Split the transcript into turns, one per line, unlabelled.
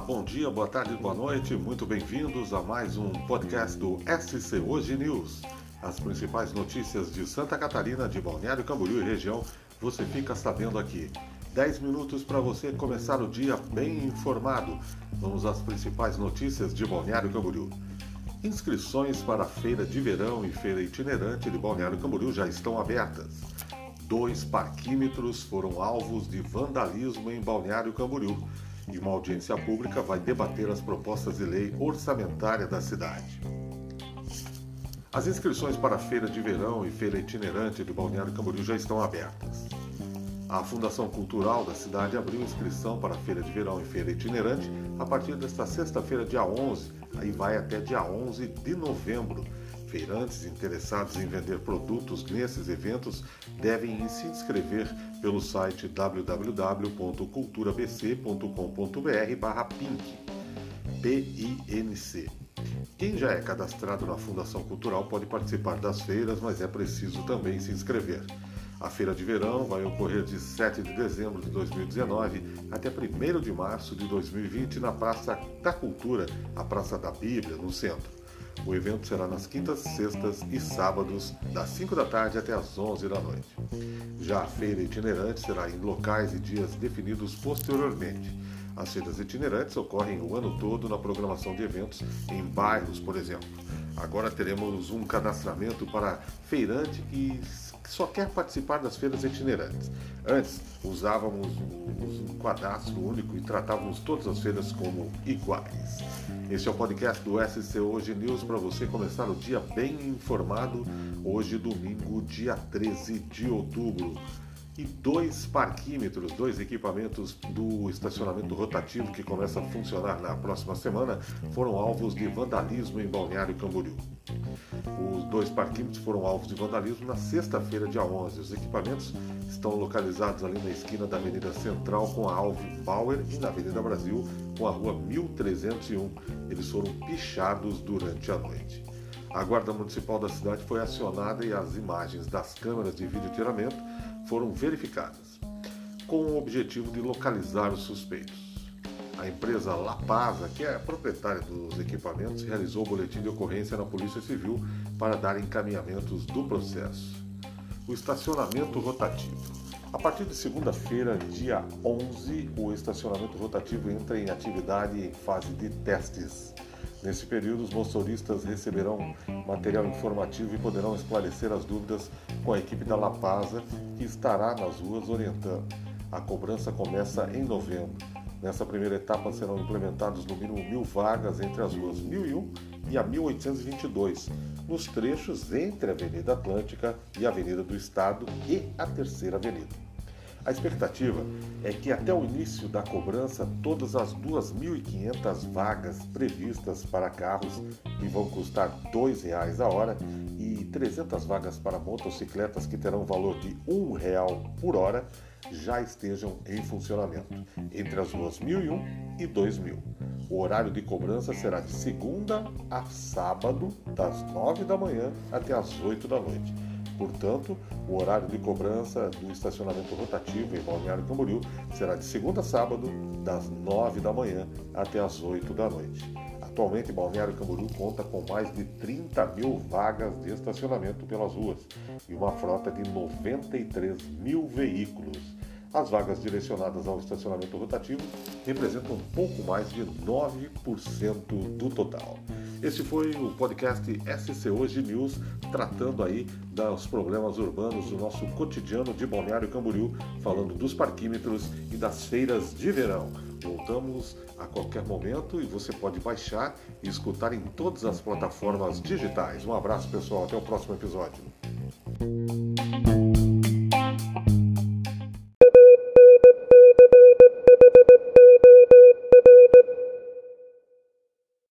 bom dia, boa tarde, boa noite, muito bem-vindos a mais um podcast do SC Hoje News. As principais notícias de Santa Catarina, de Balneário Camboriú e região, você fica sabendo aqui. 10 minutos para você começar o dia bem informado. Vamos às principais notícias de Balneário Camboriú. Inscrições para a Feira de Verão e Feira Itinerante de Balneário Camboriú já estão abertas. 2 parquímetros foram alvos de vandalismo em Balneário Camboriú. E uma audiência pública vai debater as propostas de lei orçamentária da cidade. As inscrições para a Feira de Verão e Feira Itinerante de Balneário Camboriú já estão abertas. A Fundação Cultural da cidade abriu inscrição para a Feira de Verão e Feira Itinerante a partir desta sexta-feira, dia 11, aí vai até dia 11 de novembro. Feirantes interessados em vender produtos nesses eventos devem se inscrever pelo site www.culturabc.com.br/PINC. Quem já é cadastrado na Fundação Cultural pode participar das feiras, mas é preciso também se inscrever. A Feira de Verão vai ocorrer de 7 de dezembro de 2019 até 1º de março de 2020 na Praça da Cultura, a Praça da Bíblia, no centro. O evento será nas quintas, sextas e sábados, das 5 da tarde até as 11 da noite. Já a feira itinerante será em locais e dias definidos posteriormente. As feiras itinerantes ocorrem o ano todo na programação de eventos em bairros, por exemplo. Agora teremos um cadastramento para feirante que só quer participar das feiras itinerantes. Antes, usávamos um cadastro único e tratávamos todas as feiras como iguais. Este é o podcast do SC Hoje News para você começar o dia bem informado. Hoje, domingo, dia 13 de outubro. E 2 parquímetros, 2 equipamentos do estacionamento rotativo que começa a funcionar na próxima semana, foram alvos de vandalismo em Balneário Camboriú. Os 2 parquímetros foram alvos de vandalismo na sexta-feira, dia 11. Os equipamentos estão localizados ali na esquina da Avenida Central com a Alvin Bauer e na Avenida Brasil com a Rua 1301. Eles foram pichados durante a noite. A Guarda Municipal da cidade foi acionada e as imagens das câmeras de videotiramento foram verificadas, com o objetivo de localizar os suspeitos. A empresa Lapasa, que é a proprietária dos equipamentos, realizou o boletim de ocorrência na Polícia Civil para dar encaminhamentos do processo. O estacionamento rotativo. A partir de segunda-feira, dia 11, o estacionamento rotativo entra em atividade em fase de testes. Nesse período, os motoristas receberão material informativo e poderão esclarecer as dúvidas com a equipe da Lapasa, que estará nas ruas orientando. A cobrança começa em novembro. Nessa primeira etapa serão implementados no mínimo 1.000 vagas entre as ruas 1001 e a 1822, nos trechos entre a Avenida Atlântica e a Avenida do Estado e a Terceira Avenida. A expectativa é que até o início da cobrança, todas as 2.500 vagas previstas para carros, que vão custar R$ 2,00 a hora, e 300 vagas para motocicletas, que terão valor de R$ 1,00 por hora, já estejam em funcionamento, entre as ruas 1001 e 2000. O horário de cobrança será de segunda a sábado, das 9 da manhã até as 8 da noite. Portanto, o horário de cobrança do estacionamento rotativo em Balneário Camboriú será de segunda a sábado, das 9 da manhã até as 8 da noite. Atualmente, Balneário Camboriú conta com mais de 30.000 vagas de estacionamento pelas ruas e uma frota de 93.000 veículos. As vagas direcionadas ao estacionamento rotativo representam um pouco mais de 9% do total. Esse foi o podcast SC Hoje News, tratando aí dos problemas urbanos do nosso cotidiano de Balneário Camboriú, falando dos parquímetros e das feiras de verão. Voltamos a qualquer momento e você pode baixar e escutar em todas as plataformas digitais. Um abraço, pessoal, até o próximo episódio.